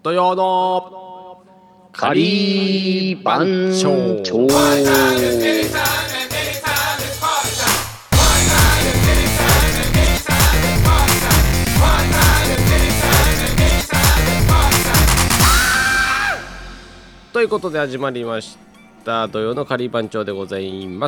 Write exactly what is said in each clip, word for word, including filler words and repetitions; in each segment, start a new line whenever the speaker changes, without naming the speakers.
土曜の
仮番長。
ということで始まりました土曜の仮番長でございます。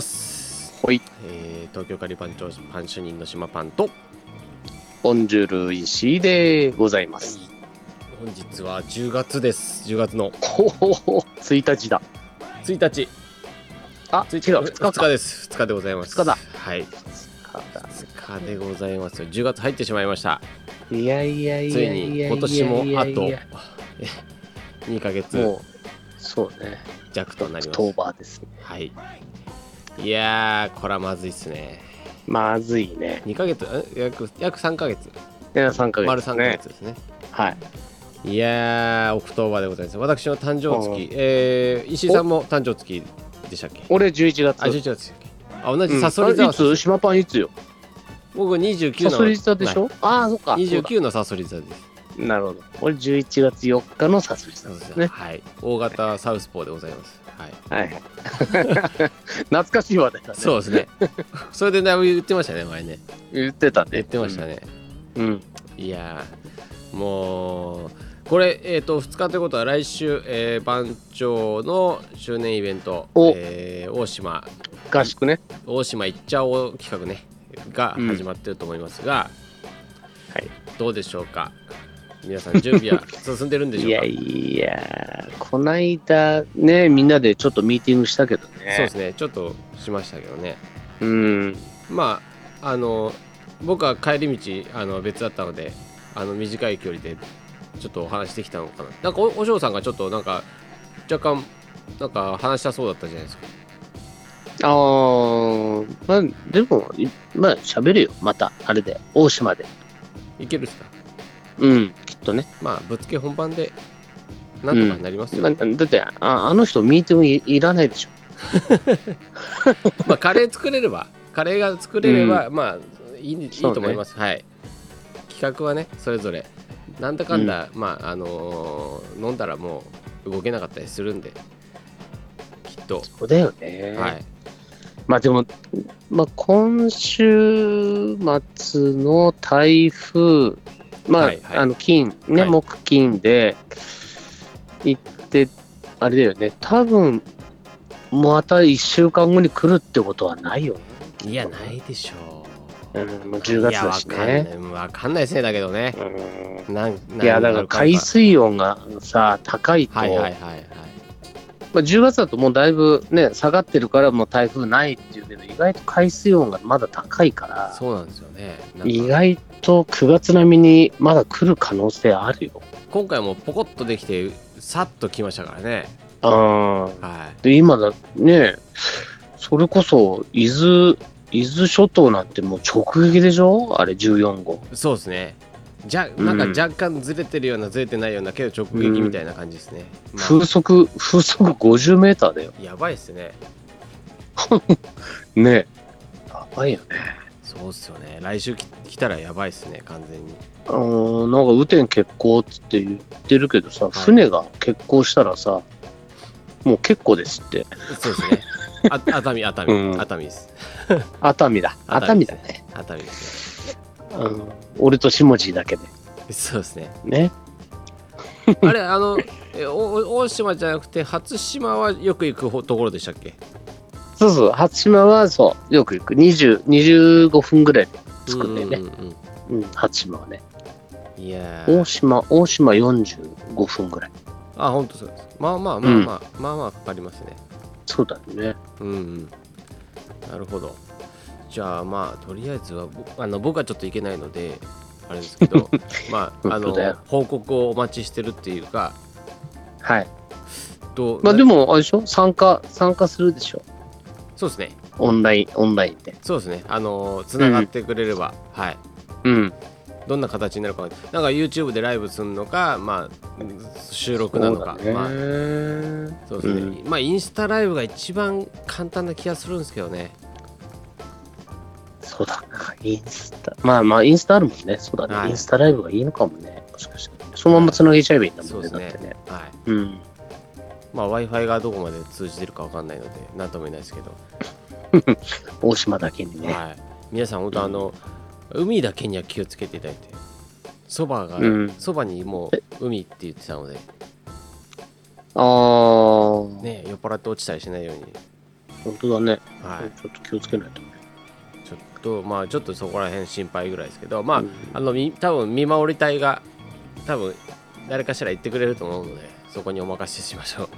はい、
えー、東京仮番長パン主任の島パンと
ボンジュール石井でございます。
本日はじゅうがつです。じゅうがつの
ほほほついたちだ。
ついたち。
あ、違う、ふつかか。
ふつかです。ふつかでございます。
ふつかだ。
はい。ふつかでございますよ。じゅうがつ入ってしまいました。
いやいやいやいやいやいやいや。
ついに今年もあとにかげつ。
もうそうね。
弱となります。
オクトーバーですね。
はい。いやー、これはまずいっすね。
まずいね。
にかげつ、約約さんかげつ。い
やさんかげつ、ね。
丸さんかげつですね。
はい。
いやー、オクトーバーでございます。私の誕生月、えー、石井さんも誕生月でしたっけ？
俺じゅういちがつ。
あ、じゅういちがつだっけ？あ、同じサソリ座、うん、
いつ？島パンいつよ？
僕にじゅうきゅうの
サソリ座でしょ？ああ、そっか。
にじゅうきゅうのサソリ座です。
なるほど。俺じゅういちがつよっかのサソリ座ですね。
はい。大型サウスポーでございます。はい。
はい。懐かしい話題だね。
そうですね。それでだいぶ言ってましたね、前ね。
言ってたね。
言ってましたね。
うん。うん、
いやー、もう、これ、えっと、ふつかということは来週、えー、番長の周年イベント、えー、大島
合宿ね。
大島行っちゃおう企画ね、が始まってると思いますが、
うん、はい。
どうでしょうか。皆さん準備は進んでるんでしょうか。
いやいや、こないだね、みんなでちょっとミーティングしたけどね。
そうですね、ちょっとしましたけどね。
うん。
まあ、あの、僕は帰り道、あの別だったので、あの短い距離でちょっとお話できたのかな。なんかお、お嬢さんがちょっとなんか、若干、なんか話したそうだったじゃないですか。
あー、まあ、でも、まあ、喋るよ、また、あれで、大島で。
いけるっすか？うん、
きっとね。
まあ、ぶっつけ本番で、なんとかなりますよ、ね。
うん、だって、あ、あの人、ミーティング い, いらないでしょ。
まあ、カレー作れれば、カレーが作れれば、うん、まあいい、いいと思います、ね。はい。企画はね、それぞれ、なんだかんだ、うん、まあ、あのー、飲んだらもう動けなかったりするんで、きっと。
そうだよね。
はい。
まあでも、まあ、今週末の台風、まあ、はいはい、あの金、ね、はい、木金で行って、あれだよね、多分またいっしゅうかんごに来るってことはないよね。
いや、ないでしょう。
うん、もうじゅうがつだしね。
いや、わかんないですね、だけどね。
うん、なんいや、だから海水温がさ、高いと。はいはいはいはい。まあ、じゅうがつだともうだいぶね下がってるからもう台風ないっていうけど、意外と海水温がまだ高いから、
そうなんですよね。
意外とくがつ並みにまだ来る可能性あるよ。
今回もポコッとできてさっと来ましたからね。
あ、はい、で今だね、それこそ伊豆伊豆諸島なんてもう直撃でしょ、あれじゅうよんごう。
そうですね。じゃなんか若干ずれてるようなずれてないようなけど直撃みたいな感じですね。
うん、まあ、風速風速ごじゅうメーターだよ。
やばいっすね。
ねえ、やばいよね。
そうっすよね。来週来たらやばいっすね、完全に。
あー、なんか雨天決行っつって言ってるけどさ、はい、船が欠航したらさ、もう結構ですって。
そうですね。あ熱海熱海、うん、熱海です。
熱海だ。熱海だね。
熱海ですね。
うん、俺と下地だけで。
そうですね。
ね。
あれ、あのお大島じゃなくて初島はよく行くところでしたっけ？
そうそう、初島はそうよく行く。にじゅう、にじゅうごふんぐらいで着くんだよね。うんうんうん、うん、初島はね。
いや
大島大島よんじゅうごふんぐらい。
あ、本当そうです。まあまあまあまあ、うん、まあまあかかりますね。
そうだね。
うんうん。なるほど。じゃあまあとりあえずはあの僕はちょっと行けないのであれですけどまああの報告をお待ちしてるっていうか、
はい。どうまあでもあれでしょ、参加参加するでしょ。
そうですね。
オンラインオンラインで。
そうですね。あのつながってくれれば、うん、はい。
うん。
どんな形になるか、なんか YouTube でライブするのか、まあ収録なのか、まあそうですね。うん、まあインスタライブが一番簡単な気がするんですけどね。
そうだな、インスタ。まあまあ、インスタあるもんね。そうだね。はい、インスタライブがいいのかもね。もしかしたら。 そのままつなげちゃえばいいんだもんね。
そうですね。
だってね。
はい。
うん。
まあ Wi-Fi がどこまで通じてるかわかんないので、なんとも言えないですけど。
大島だけにね。
はい。皆さん本当あの、うん、海だけには気をつけていただいて、そばがそば、うん、にもう海って言ってたので、
ああ。
ね、酔っ払って落ちたりしないように。
本当だね。
はい。
ちょっと気をつけないと。
ちょっとまあちょっとそこら辺心配ぐらいですけど、まあ、うん、あの多分見守り隊が多分誰かしら言ってくれると思うので、そこにお任せしましょう。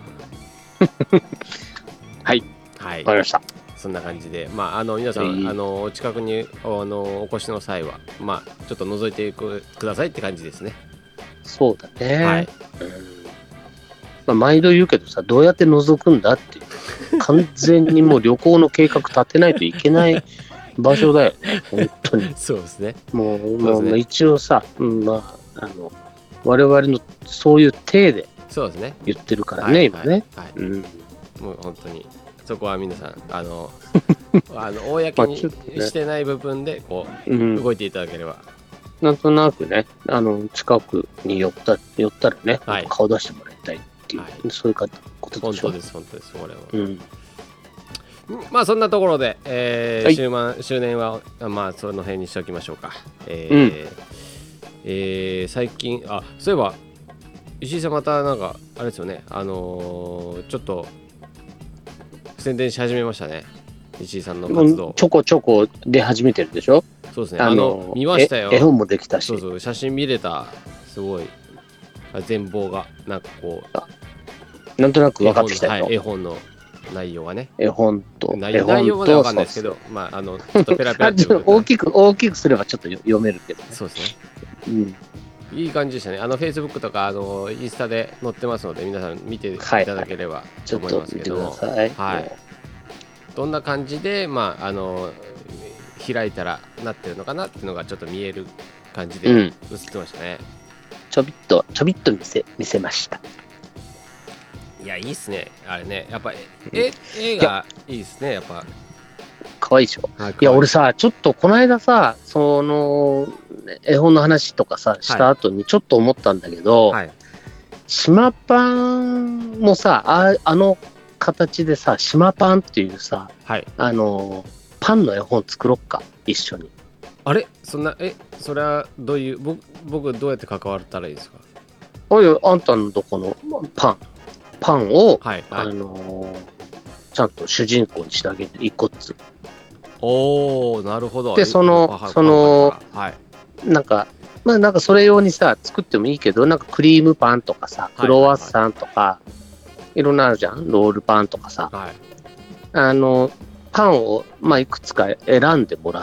はいはい、わかりました。
そんな感じで、まああの皆さん、えー、あのお近くにあのお越しの際はまあちょっと覗いてくださいって感じですね。
そうだね。はい。うん、まあ、毎度言うけどさ、どうやって覗くんだっていう完全にもう旅行の計画立てないといけない場所だよね。本当に。
そうですね。
もう、もう一応さ、うん、まああの我々のそういう体で言ってるからね、今ね。はい。うん、
もう本当にそこは皆さんあのあの公にしてない部分でこう、うん、動いていただければ。
なんとなくね、あの近くに寄った寄ったらね、はい、顔出してもらいたいっていう、はい、そういうことでしょ。
本当です本当ですこれは。うん、まあそんなところで、えーはい、終盤周年はまあその辺にしておきましょうか。えーうんえー、最近あそういえば石井さんまたなんかあれですよね、あのー、ちょっと宣伝し始めましたね、石井さんの活動。
ちょこちょこ出始めてるでしょ。
そうですね、あの見ましたよ。
絵本もできたし。
そうそう写真見れた。すごい全貌がなんかこ
うなんとなく分かってきたよ、
はい、絵本の内容がね。
絵本と
内容内容まで分かんないですけど、まああのちょっとペラペラって
大きく大きくすればちょっと読めるけど、ね、
そうですね。うんいい感じでしたね。あの Facebook とかあのインスタで載ってますので皆さん見ていただければと思いますけども、はい、はい、どんな感じでまああの開いたらなってるのかなっていうのがちょっと見える感じで映ってましたね。
うん、ちょびっとちょびっと見せ見せました。
いやいいっすねあれね。やっぱ絵絵がいいですねやっぱ。
かわいいでしょ。い, いや俺さちょっとこの間さその絵本の話とかさした後にちょっと思ったんだけど、はい、島パンもさ あ, あの形でさ島パンっていうさ、はい、あのパンの絵本作ろっか一緒に。
あれそんなえそれはどういう僕僕どうやって関わったらいいですか。
あいやあんたのとこのパンパンを、はいはい、あのちゃんと主人公にしてあげる一個っつ。
おーなるほど。
でそのその、はい、なんかまあなんかそれ用にさ作ってもいいけどなんかクリームパンとかさクロワッサンとか、はいはいはい、いろんなあるじゃんロールパンとかさ、はい、あのパンをまあいくつか選んでもらって、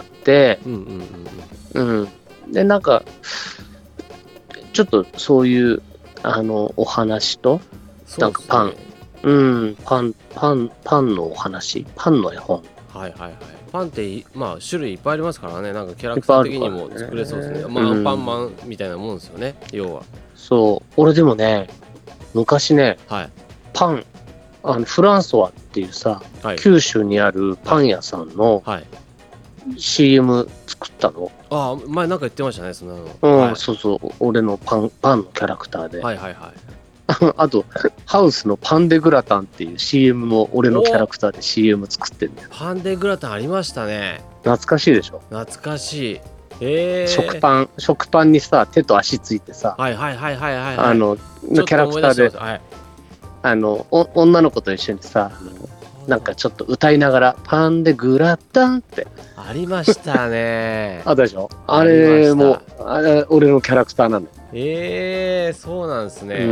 うんうんうんうん、でなんかちょっとそういうあのお話と、なんかパン、うんパンパンパンのお話パンの絵本。
はいはいはい。パンってまあ種類いっぱいありますからね。なんかキャラクター的にも作れそうですね。まあ、アンパンマンみたいなもんですよね、要は。
そう俺でもね昔ね、はい、パンあのフランソワっていうさ、はい、九州にあるパン屋さんの シーエム 作ったの。
ああ前なんか言ってましたねそんなの。
うん、はい、そうそう俺のパンパンのキャラクターで。はいはいはい。あとハウスのパンデグラタンっていう シーエム も俺のキャラクターで シーエム 作ってんだよ。
パンデグラタンありましたね。
懐かしいでしょ。
懐かしい。えー、
食パン食パンにさ手と足ついてさ、
はいはいはいはいはい、はい、
あのキャラクターで、はい、あのお女の子と一緒にさなんかちょっと歌いながらパンデグラタンって
ありましたね。
あったでしょ。あれもあれ俺のキャラクターなんだよ。
えー、そうなんですね。うん、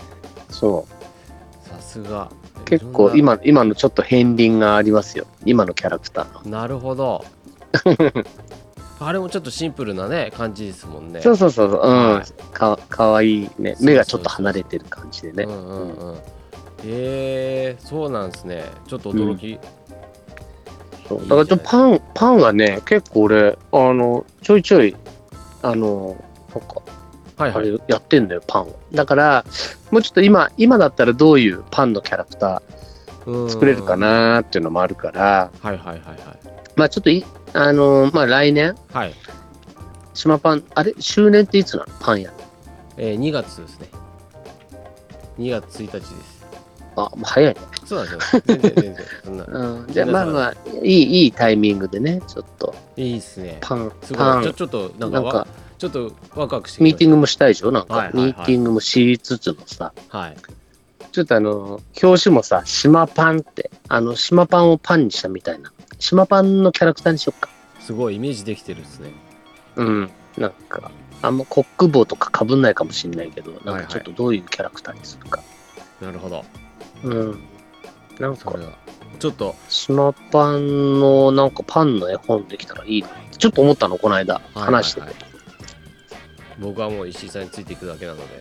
そう
さすが
結構今今のちょっと片鱗がありますよ今のキャラクターの。
なるほど。あれもちょっとシンプルなね感じですもんね。
そうそうそう、うん、はい、か, かわいいね。目がちょっと離れてる感じでね。うんうんうん、
えー、そうなんですね。ちょっと驚き。うん、
そうだからちょパンパンはね結構俺あのちょいちょいあのなんか、はいはい、あれやってんだよパンを。だからもうちょっと今今だったらどういうパンのキャラクター作れるかなっていうのもあるから、
はいはいはいはい。
まあちょっといあのー、まあ来年、はい、島パンあれ周年っていつなのパン屋。
えー、にがつですね。にがつついたちです。
あ、もう早いね。
そうなんですよ。全然全然そんな。
うん、じゃあまあまあいいいいタイミングでね、ちょっと。
いいっすね。
パン
すごい
パン
ちょちょっとなんか
なんか
ちょっとワクワクしてきました。
ミーティングもしたいでしょ、なんか、
はいはいはい、
ミーティングもしつつのさ。
はい。
ちょっとあの表紙もさ、島パンってあの島パンをパンにしたみたいな。島パンのキャラクターにしよっか。
すごいイメージできてるですね。
うん。なんかあんまコック帽とかかぶんないかもしれないけど、なんかちょっとどういうキャラクターにするか。
なるほど。
うん。なんか
ちょっと
島パンのなんかパンの絵本できたらいいなってちょっと思ったの、この間話してて。はいはいはい、
僕はもう石井さんについていくだけなので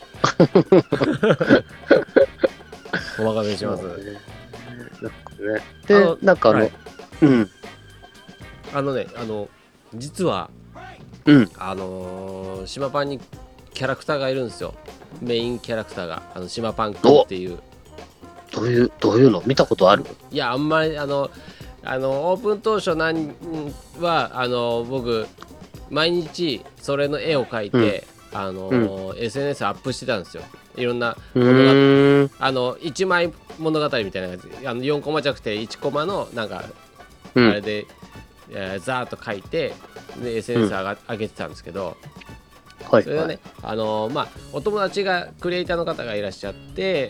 お任せします。ね、
なんかね。で、なんかあの、はい、うん。
あのね、あの、実は、
うん。
あのー、島パンにキャラクターがいるんですよ。メインキャラクターが、あの島パンくんっていう。
どういう、どういうの見たことある？
いや、あんまり、あの、あのオープン当初何は、あの、僕、毎日それの絵を描いて、うん、あのーうん、エスエヌエス アップしてたんですよ。いろんな物語、あのいちまい物語みたいな感じ、あのよんコマじゃなくていちコマのなんか、うん、あれで、えー、ザーッと書いてで エスエヌエス 上が、うん、上げてたんですけど、はい、それはね、あのー、まあお友達がクリエイターの方がいらっしゃって、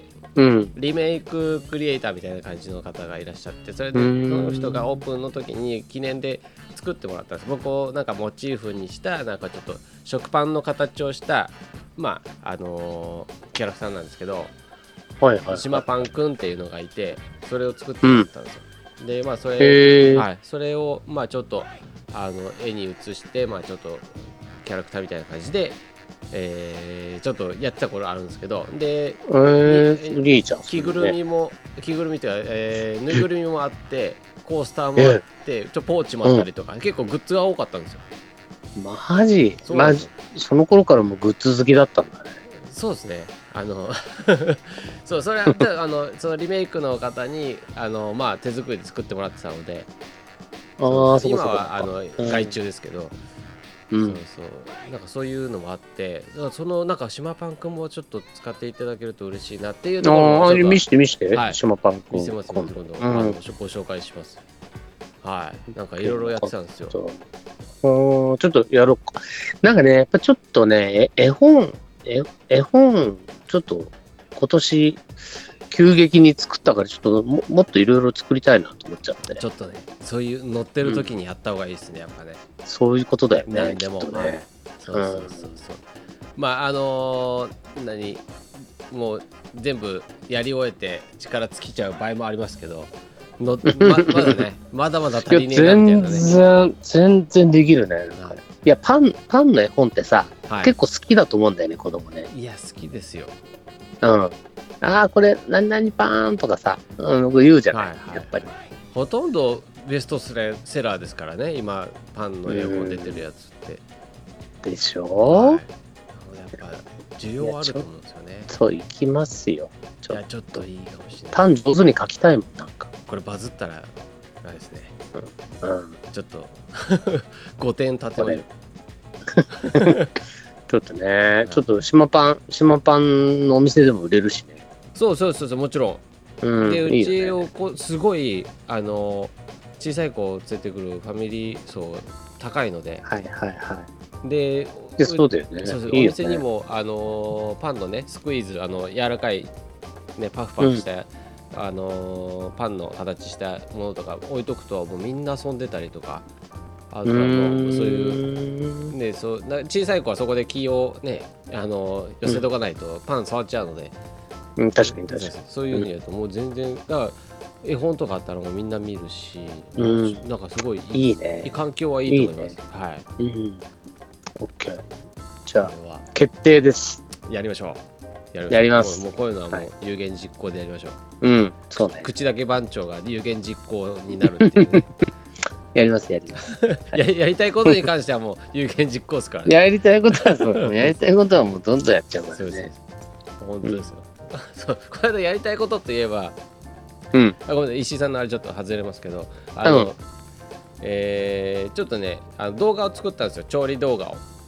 うん、リメイククリエイターみたいな感じの方がいらっしゃって、それでその人がオープンの時に記念で作ってもらったんです。僕をなんかモチーフにしたなんかちょっと食パンの形をしたまああのー、キャラクターなんですけど、はいはいはい、島パンくんっていうのがいて、それを作ってもらったんですよ。うん、でまあそれ、はい、それをまあちょっとあの絵に写してまあちょっとキャラクターみたいな感じで、えー、ちょっとやってた頃あるんですけど、で、え
ー、いいじゃん、
着ぐるみも着ぐるみというか、えー、ぬいぐるみもあってコースターもあって、えー、ちょポーチもあったりとか、うん、結構グッズが多かったんですよ。
マジマジその頃からもグッズ好きだったんだね。
そうですね。あのそうそれはあのそのリメイクの方にあの、まあ、手作りで作ってもらってたので、あそう今はあの外注ですけど、うん、そうそうなんかそういうのもあって、そのなんか島パンくんもちょっと使っていただけると嬉しいなっていうところも、
ああ見して見して、はい、島パンくん
見せます今度、うん、あのご紹介します。はい、なんかいろいろやってたんですよ。
ちょっとやろうか。なんかね、やっぱちょっとね、絵本、絵絵本、ちょっと今年、急激に作ったから、ちょっと も, もっといろいろ作りたいなと思っちゃって。
ちょっとね、そういう乗ってる時にやった方がいいですね、うん、やっぱね。
そういうことだよね。
何でも。ね、はい、そうそうそうそう。うん、まあ、あのー、何、もう全部やり終えて力尽きちゃう場合もありますけど、の ま, まだねまだまだ足りねえなみたいなね。
全然全然できるね。なんかいやパンパンの絵本ってさ、はい、結構好きだと思うんだよね、子供ね。
いや好きですよ。
うん。ああこれ何々パーンとかさ、うん、言うじゃない、はいはい、やっぱり。
ほとんどベストセラーですからね、今パンの絵本出てるやつって。
でしょ、はい、
やっぱ需要あると思うんですよね。
そういきますよ。
ちょいやちょっといいかもしれない。
パン上手に描きたいもん。なんか
これバズったらあれですね、
うんうん、
ちょっとごてん立てましょう
ちょっとね、ちょっと島パン島パンのお店でも売れるしね。
そうそうそうそう、もちろん、うん、でうちをこうすごいあの小さい子を連れてくるファミリー層高いので、
はいはいはい、
で
でそうだよね。
そうそういいよね。お店にもあのパンのねスクイーズ、あの柔らかいねパフパフした、うん、あのー、パンの形したものとか置いとくともうみんな遊んでたりとか、あとはもうそういうね、そうな小さい子はそこで気をね、あのー、寄せとかないとパン触っちゃうので、
うん、確かに確かに
そういうふうにやるともう全然だから絵本とかあったらもうみんな見るし、うん、なんかすごいいい、いいね、環境はいいと思います。いいね、はい、うん、
オッケー。じゃあ決定です。
やりましょう。や,
やります。
もうこういうのはもう有言実行でやりましょ
う。うん、そうね。
口だけ番長が有言実行になるっていう、ね、
やりますやります、はい、
や。やりたいことに関してはもう有言実行ですからね。
やりたいことはそうやりたいことはもうどんどんやっちゃうからね。そうです
本当ですよ。うん、そうこれでやりたいことといえば、
うん、
あごめんなさい石井さんのあれちょっと外れますけど、あの、うん、えー、ちょっとねあの動画を作ったんですよ、調理動画を。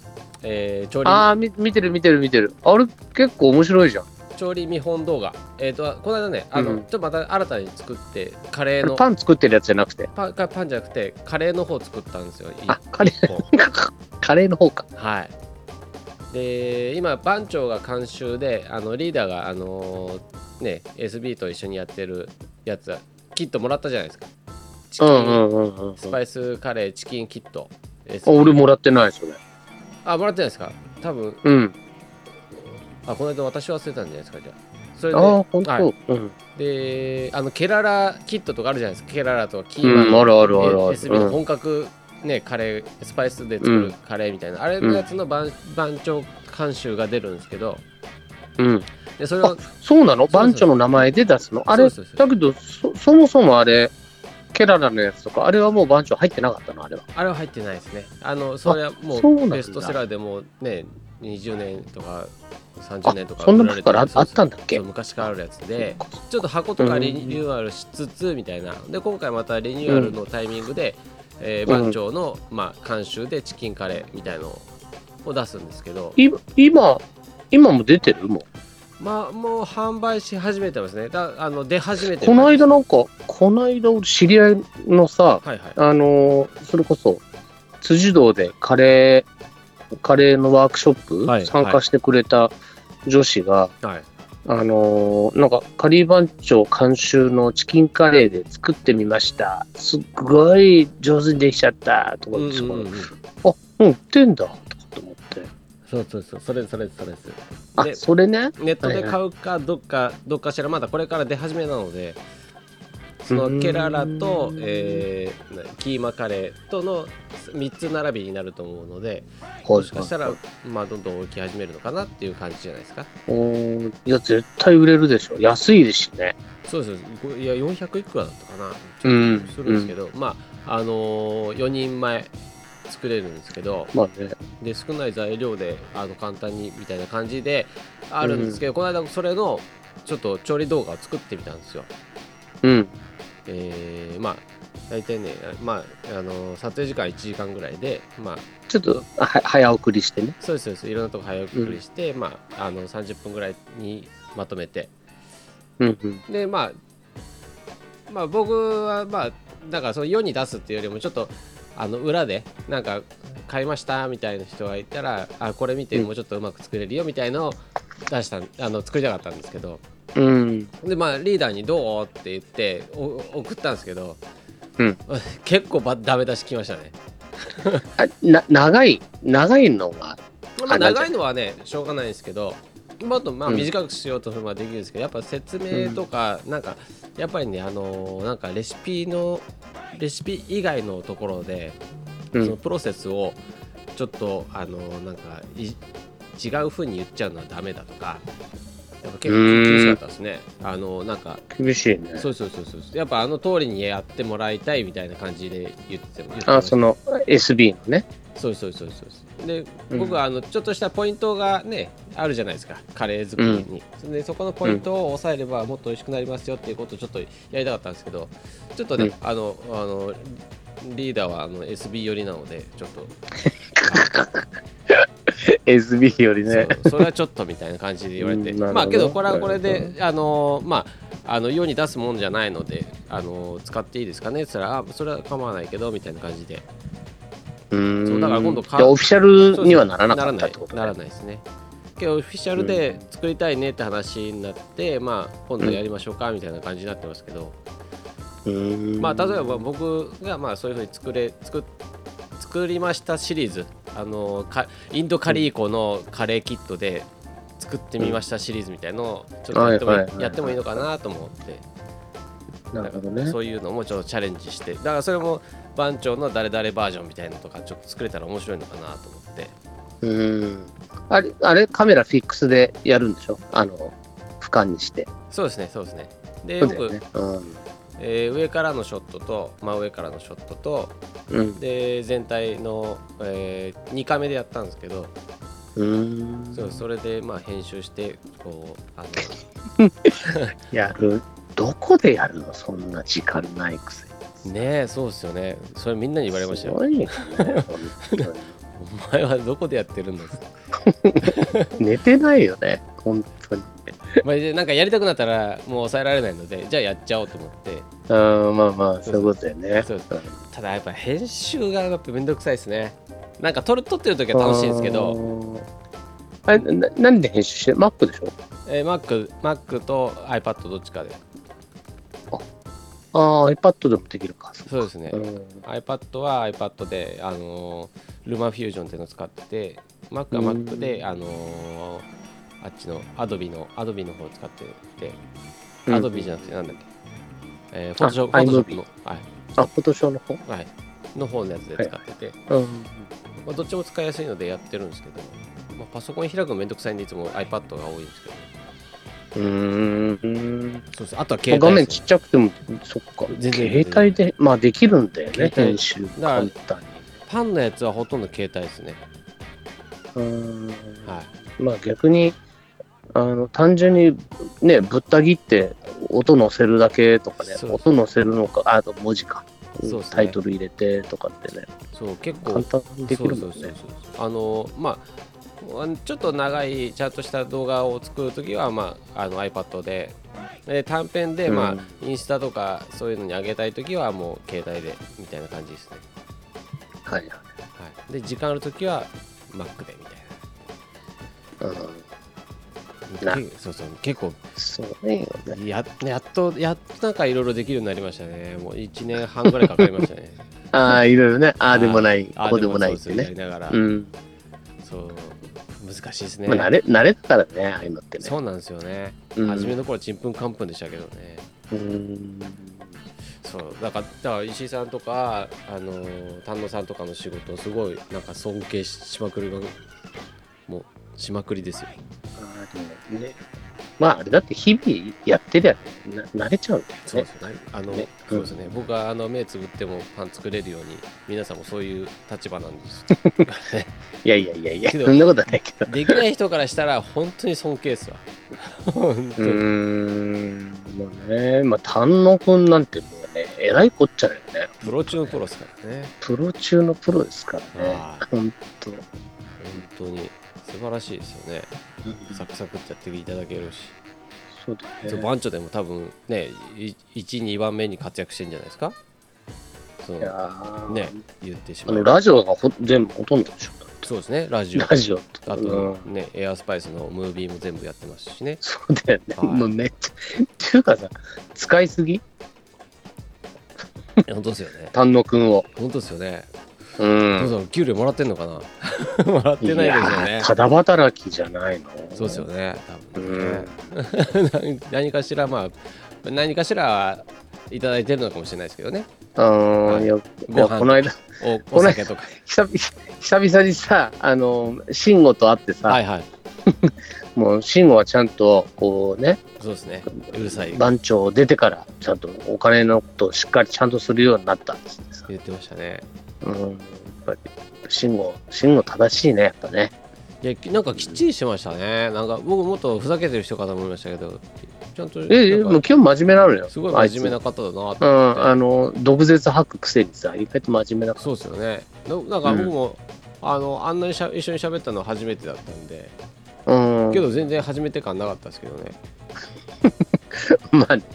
えー、調理
ああ、見てる見てる見てる。あれ結構面白いじゃん。
調理見本動画。えっ、ー、と、この間ね、あの、うん、ちょっとまた新たに作って、カレーの。
パン作ってるやつじゃなくて。
パン、パンじゃなくて、カレーの方作ったんですよ。
あ、カレー。カレーの方か。
はい。で、今、番長が監修で、あのリーダーが、あのー、ね、エスビー と一緒にやってるやつ、キットもらったじゃないですか。チキン、うんうんうんうん、スパイスカレー、チキンキット。
あ、俺もらってない、それ。
あ、もらってないですか多分。
うん。
あ、この間私忘れたんじゃないですか、じゃあ。それで、
ああ、ほんと、
はい、
うん。
で、あの、ケララキットとかあるじゃないですか。ケララとかキーマン
の、うん、あるあるあるある。
エスビー の本格、ね、カレー、スパイスで作るカレーみたいな、うん、あれのやつの番、番長監修が出るんですけど、
うん。
で、それを。
そうなの番長の名前で出すのあれ、だけどそ、そもそもあれ、ケララのやつとか、あれはもう番長入ってなかったのあれは。
あれは入ってないですね。あの、それはもうベストセラーでもね、にじゅうねんとかさんじゅうねんとか
そんな昔からあったんだっけ。
昔からあるやつで、ちょっと箱とかリニューアルしつつみたいな。で、今回またリニューアルのタイミングで、うん、えー、番長の、まあ、監修でチキンカレーみたいのを出すんですけど。
今、今も出てるもん。
まあ、もう販売し始めてますね。だあの出始めて
この間なんか、この間俺知り合いのさ、
はいはい、
あのー、それこそ辻堂でカレー、カレーのワークショップ、はい、参加してくれた女子が、はい、あのー、なんかカリー番長監修のチキンカレーで作ってみました。すっごい上手にできちゃったとか言って、うんうんうん、あ、もう売ってんだとかと思って。
そうそうそう、それそれそれです。
あ、それね。
ネットで買うかどっかどっかしらまだこれから出始めなので、そのケララと、えー、キーマカレーとのみっつ並びになると思うので、もしかしたらまあどんどん大き始めるのかなっていう感じじゃないですか。
おいや絶対売れるでしょ。安いですしね。
そうです。いやよんひゃくいくらだったかな。ちょっとするんですけど、うん、まああのー、よにんまえ作れるんですけど、
まあね、
で少ない材料であの簡単にみたいな感じであるんですけど、うん、この間それのちょっと調理動画を作ってみたんですよ。
うん。
えー、まあ大体ね、まああの撮影時間いちじかんぐらいで、まあ
ちょっとは早送りしてね。
そうですそうです。いろんなとこ早送りして、うん、まああのさんじゅっぷんぐらいにまとめて、
うんうん、
でまあまあ僕はまあだからその世に出すっていうよりもちょっとあの裏でなんか買いましたみたいな人がいたら、あこれ見てもうちょっとうまく作れるよみたいのを出したあの作りたかったんですけど、
うん、
でまあリーダーにどうって言って送ったんですけど、
うん、
結構ばダメ出しきましたね。
あな長い長いのが、
まあ、長いのはねしょうがないんですけど、もっとまあ短くしようとすればできるんですけど、やっぱ説明とか、なんかやっぱりねあのー、なんかレシピのレシピ以外のところで、うん、そのプロセスをちょっとあのー、なんか違う風に言っちゃうのはダメだとか、やっぱ結構厳しかったですね。あのー、なんか
厳しいね。
そうそうそうそう、やっぱあの通りにやってもらいたいみたいな感じで言っても
あその エスビー のね。
そうそうそうそうで、うん、僕はあのちょっとしたポイントがねあるじゃないですか、カレー作りに、うん、でそこのポイントを押さえればもっと美味しくなりますよっていうことをちょっとやりたかったんですけど、ちょっとね、うん、あのあのリーダーはあの エスビー 寄りなのでちょっと
エスビー よりね
そ, それはちょっとみたいな感じで言われて、うん、まあけどこれはこれであのまああの世に出すもんじゃないのであの使っていいですかねって言ったら、あそれは構わないけどみたいな感じで、
うん
そうだから今度
かオフィシャルにはならなかったってこと、ね、
ならないですね。けどオフィシャルで作りたいねって話になって、うん、まあ今度やりましょうかみたいな感じになってますけど、
うん、
まあ例えば僕がまあそういう風に作れ作作りましたシリーズ、あのかインドカリーコのカレーキットで作ってみましたシリーズみたいのをちょっとやっても、はいはいはいはい、やってもいいのかなと思って、
なるほどね、
そういうのもちょっとチャレンジして、だからそれも番長の誰々バージョンみたいなのとかちょっと作れたら面白いのかなと思って。
うんあれあれカメラフィックスでやるんでしょ、あの俯瞰にして。
そうですねそうですね。で僕、
ねうん
えー、上からのショットと真上からのショットと、うん、で全体の、えー、にカメでやったんですけど、
うーん
そ, それでまあ編集してこうあ
のやるどこでやるの、そんな時間ないくせに。
ねえそうですよね、それみんなに言われましたよ。
すごいね
お前はどこでやってるんだ
寝てないよね本当に。
まあなんかやりたくなったらもう抑えられないので、じゃあやっちゃおうと思って。
あまあまあそういうことだよね。
そうそう、ただやっぱ編集がやっぱめんどくさいですね。なんか撮る撮ってる時は楽しいんですけど。
あれな何で編集してる？ Mac でしょ？
えー、Mac, Mac と iPad どっちかで。
ああ iPad でもできるか。
そうですね、うん、iPad は iPad で、あのー、ルマフュージョンっていうのを使ってて、 Mac は Mac で、あのー、あっちの Adobe の Adobe の方を使ってて、うん、Adobe じゃなくてなんだっけ、えー、Photoshop, Photoshop の、はい、
あ Photoshop の方、
はい、の方のやつで使ってて、
はい、うん、
まあ、どっちも使いやすいのでやってるんですけど、まあ、パソコン開くのめんどくさいんでいつも iPad が多いんですけど、
うーん、
そうです。あとは携帯、ね、
画面ちっちゃくても、そっか、全然携帯で、まあできるんだよね、編集簡単に。
パンのやつはほとんど携帯ですね。
うーん、
はい、
まあ逆に、あの単純にね、ぶった切って音乗せるだけとかね、音乗せるのか、あと文字か、そう、ね、タイトル入れてとかってね、
そう結構
簡単にできるもんね。
そうそうそうそう、あのまあちょっと長いちゃんとした動画を作るときは、まあ、あの iPad で、で短編で、まあ、うん、インスタとかそういうのに上げたいときはもう携帯でみたいな感じですね。
はいはい。
はい、で時間あるときは Mac でみたいな。うん、そうそう結構
そうね、
や, やっとやっとなんかいろいろできるようになりましたね。もういちねんはんぐらいかかりましたね。
ああいろいろね、ああでもないこうでもないってね。
やりながら、
うん、
そう難しいですね。
まあ、慣れ慣れたからね、ああいうのってね。
そうなんですよね。うん、初めの頃ちんぷんかんぷんでしたけどね。
うーん、
そうだから、だから石井さんとか、あのー、丹野さんとかの仕事をすごいなんか尊敬 し, しまくりがもうしまくりですよ。
あでもね、まああれだって日々やってりゃな慣れちゃうんだよね。
そうですね。あの、ね、そうですね。僕はあの目つぶってもパン作れるように、皆さんもそういう立場なんです。
いやいやいやいや、そんなことはないけど。
できない人からしたら本当に尊敬ですわ。本当に。う
ーん、もうね、まあ丹野くんなんてもうね、えらいこっちゃだよね。
プロ中のプロですからね。
プロ中のプロですからね。本当。
本当に素晴らしいですよね。うん、サクサクってやっていただけるし。
そうだね。
番長でも多分ね、いち、にばんめに活躍してるんじゃないですか。そう
いや
ね、言ってしまう。
あのラジオがほ全部ほとんどでしょ。
そうですね、ラジオ。
ラジオ
あとね、うん、エアスパイスのムービーも全部やってますしね。
そうだよね。はい、もうめっちゃ、っていうかさ、使いすぎ
本当ですよね。
丹野くんを。
本当ですよね。
うん。
どうだろう、給料もらってんのかなもらってないですよね。
ただ働きじゃないの。
そうですよね。多分ね。うん、何かしら、まあ、何かしらいただいてるのかもしれないですけどね。
ああ、いや、ご飯この間、
お, お酒とか。
久々にさ、あの、慎吾と会ってさ、
はいはい。
もう慎吾はちゃんと、こうね、
そうですね。うるさい。
番長出てから、ちゃんとお金のことをしっかりちゃんとするようになったんですってさ。
言ってましたね。
うん、やっぱり、慎吾、慎吾正しいね、やっぱね。
いや、なんかきっちりしてましたね。なんか僕もっとふざけてる人かと思いましたけど、ちゃんと。
ええ、もう基本真面目なのよ。
すごい真面目な方だなと思って。
うん、あの、毒舌吐くくせにさ、意外と真面目な方。
そうですよね。なんか僕も、うん、あの、あんなにしゃ一緒に喋ったのは初めてだったんで、うん。けど全然初めて感なかったですけどね。
まあ、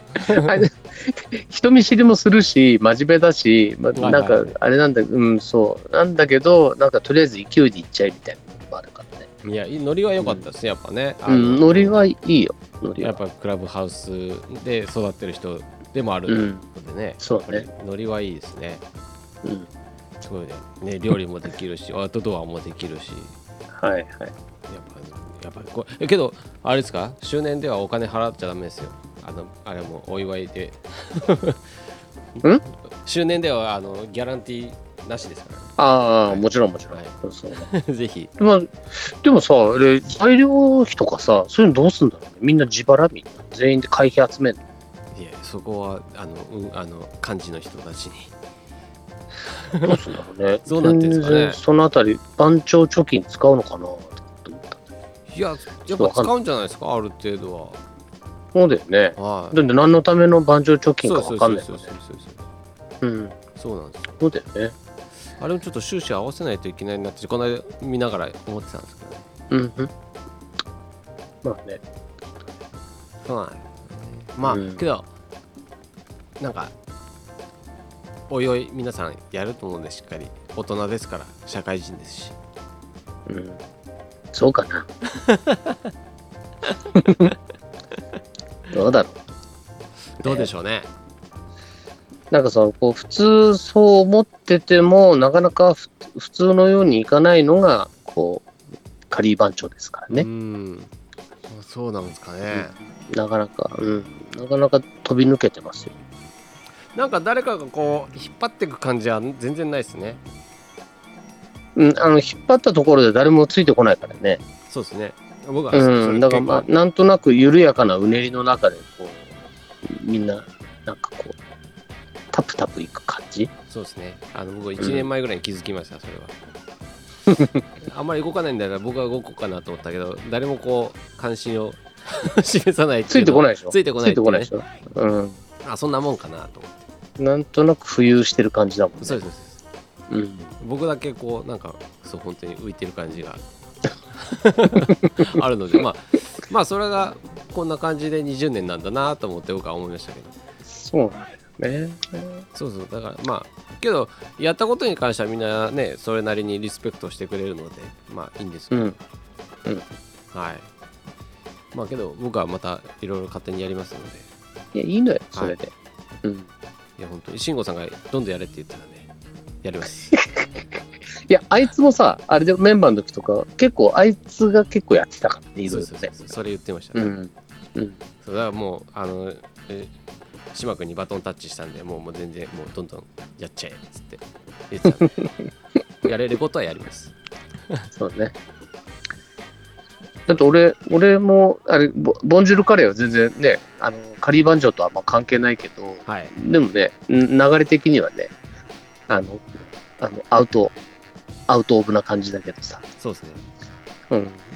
人見知りもするし、真面目だし、まあ、なんか、あれなんだ、うん、そう。なんだけど、なんかとりあえず勢いでいっちゃいみたいなのもあるからね。
いや、ノリは良かったですね、やっぱね。
うん、ノリはいいよ。ノリは
やっぱクラブハウスで育ってる人でもあるのでね。
うん、そうね。
ノリはいいですね。
うん。
すごいね。ね、料理もできるし、アウトドアもできるし。
はいはい。
やっぱやっぱりこれけどあれですか、周年ではお金払っちゃダメですよ。あのあれもお祝いで
ん
周年ではあのギャランティーなしですから、ね、
ああ、はい、もちろんもちろん、はい、そうそうぜひでも、でもさあれ材料費とかさそういうのどうすんだろうね。みんな自腹みんな全員で会費集めるの。
いやそこはあの、うん、あの幹事の人たちに
どうすんだろうね。
どうなってんですかね。
そのあたり番長貯金使うのかなと思った。
いややっぱ使うんじゃないですか、ある程度は。
そうだよね。はい。だって何のための番長貯金か分かんないよね。
うん。そうなんですよ。
そうだよね。
あれもちょっと収支合わせないといけないなってこの間見ながら思ってたんですけどね。
うんうん。まあね。
そうなんですね。まあ、うん、けどなんかおいおい皆さんやると思うんでしっかり大人ですから社会人ですし。
うん。そうかな。どうだろう。
どうでしょうね。
なんかさ、こう普通そう思っててもなかなか普通のようにいかないのがこうカリー番長ですからね。
うん。そうなんですかね。
うん、なかなか、うん、なかなか飛び抜けてますよ。
なんか誰かがこう引っ張っていく感じは全然ないですね。
うん、あの引っ張ったところで誰もついてこないからね。
そうですね。僕は
うん、だからまあなんとなく緩やかなうねりの中でこうみんななんかこうタプタプいく感じ。
そうですね。あの僕いちねんまえぐらいに気づきました、うん、それは。あんまり動かないんだから僕は動こうかなと思ったけど誰もこう関心を示さないっていうの。
ついてこないでしょ。
ついてこないっていうね。
ついてこないでしょ。うん。
あ、そんなもんかなと思って。
なんとなく浮遊してる感じだもんね。
そうです。うん。僕だけこうなんかそう本当に浮いてる感じがあるので、まあまあそれがこんな感じでにじゅうねんなんだなと思って僕は思いましたけど。
そうなんだよね。
そうそう、だからまあけどやったことに関してはみんなねそれなりにリスペクトしてくれるのでまあいいんですけど、うんうん、はい。まあけど僕はまたいろいろ勝手にやりますので。
いやいいのよそれで、はい、うん。い
や本当に慎吾さんがどんどんやれって言ったらねやります。
いやあいつもさあれでメンバーの時とか結構あいつが結構やってたからねいろいろね。
それ言ってましたね。うんうん。そうだからもうあのえ島君にバトンタッチしたんでもうもう全然もうどんどんやっちゃえっつって言ってたんでやれることはやります。
そうね。だって俺俺もあれボボンジュールカレーは全然ねあのカリー番長とはまあ関係ないけど、はい、でもね流れ的にはねあのあのアウトアウトオブな感じだけどさ。
そうですね。
うん。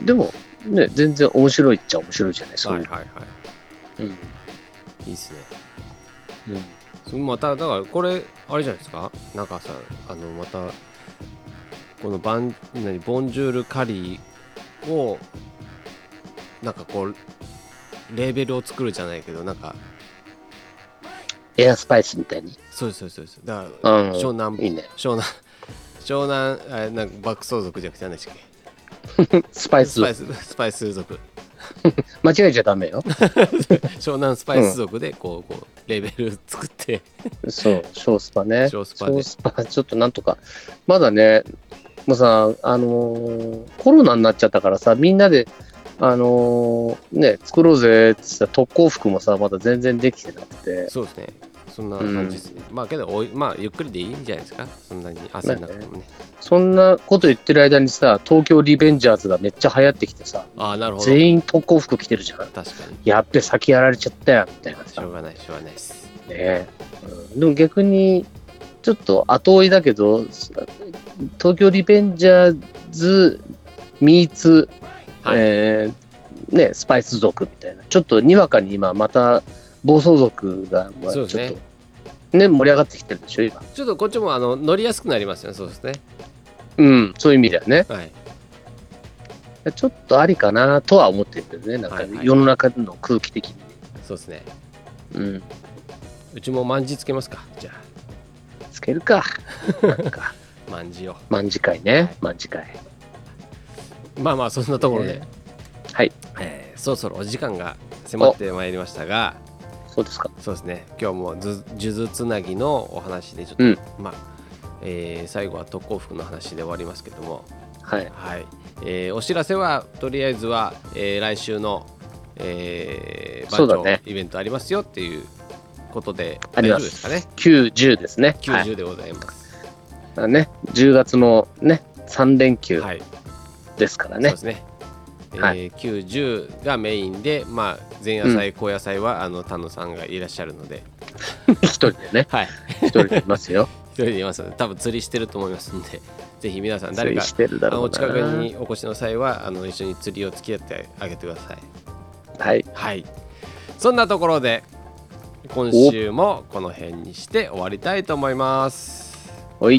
でもね全然面白いっちゃ面白いじゃないですか。はいはいはい。
うん。いいっすね。うん、まただからこれあれじゃないですかなんかさあのまたこのバン何ボンジュールカリーをなんかこうレーベルを作るじゃないけどなんか
エアスパイスみたいに。
そうですそうですだから、うん、湘南
いいね
湘南湘南あなんか爆走族じゃなくて何でしたっけ
スパイス
スパイススパイス族
間違えちゃダメよ
湘南スパイス族でこう、うん、こうレベル作って
そう小スパね
小スパで
小スパちょっとなんとかまだねもうさあのー、コロナになっちゃったからさみんなであのー、ね作ろうぜってさ特攻服もさまだ全然できてなくて
そうですねそんな感じですね、うん、まあけどおいまあゆっくりでいいんじゃないですかそんなに焦んなくてもね、ね、
そんなこと言ってる間にさ東京リベンジャーズがめっちゃ流行ってきてさ
あなるほど
全員特攻服着てるじゃん確
かに
やっべ先やられちゃったよみたいなさ
しょうがないしょうがないです
ね、うん、でも逆にちょっと後追いだけど東京リベンジャーズミーツ、はいえーね、スパイス族みたいなちょっとにわかに今また暴走族がちょっとね、ね盛り上がってきてるでしょ今
ちょっとこっちもあの乗りやすくなりますよねそうですね
うんそういう意味だよね、
はい、
ちょっとありかなとは思ってるけどねなんか世の中の空気的に、はいはい、
そうですね
うん
うちも卍つけますかじゃあ
つけるかなんか
卍を
卍会ね卍会
まあまあそんなところで、
ね、はい、
えー、そろそろお時間が迫ってまいりましたが
そうですか
そうですね今日も数珠つなぎのお話でちょっと、うん、まあ、えー、最後は特攻服の話で終わりますけども
はい、
はいえー、お知らせはとりあえずは、えー、来週の、えー、番長イベントありますよっていうことで大丈夫ですかね
きゅう、じゅうですね
きゅう、じゅうでございます、
はい、ね、じゅうがつのねさん連休ですからね、
はい、そうですねはいえー、きゅう、じゅうがメインで、まあ、前夜祭、後夜祭はあの丹野さんがいらっしゃるので
一人でね、はい、一人でいますよ
一人でいますので多分釣りしてると思いますのでぜひ皆さん誰かあのお近くにお越しの際はあの一緒に釣りを付き合ってあげてください
はい、
はい、そんなところで今週もこの辺にして終わりたいと思います。
はい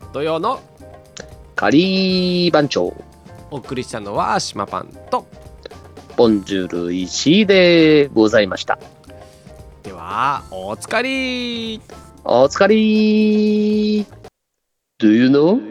土曜の
仮番長。
お送りしたのは島パンと
ボンジュール石井でございました。
ではおつかり
おつかり Do you know?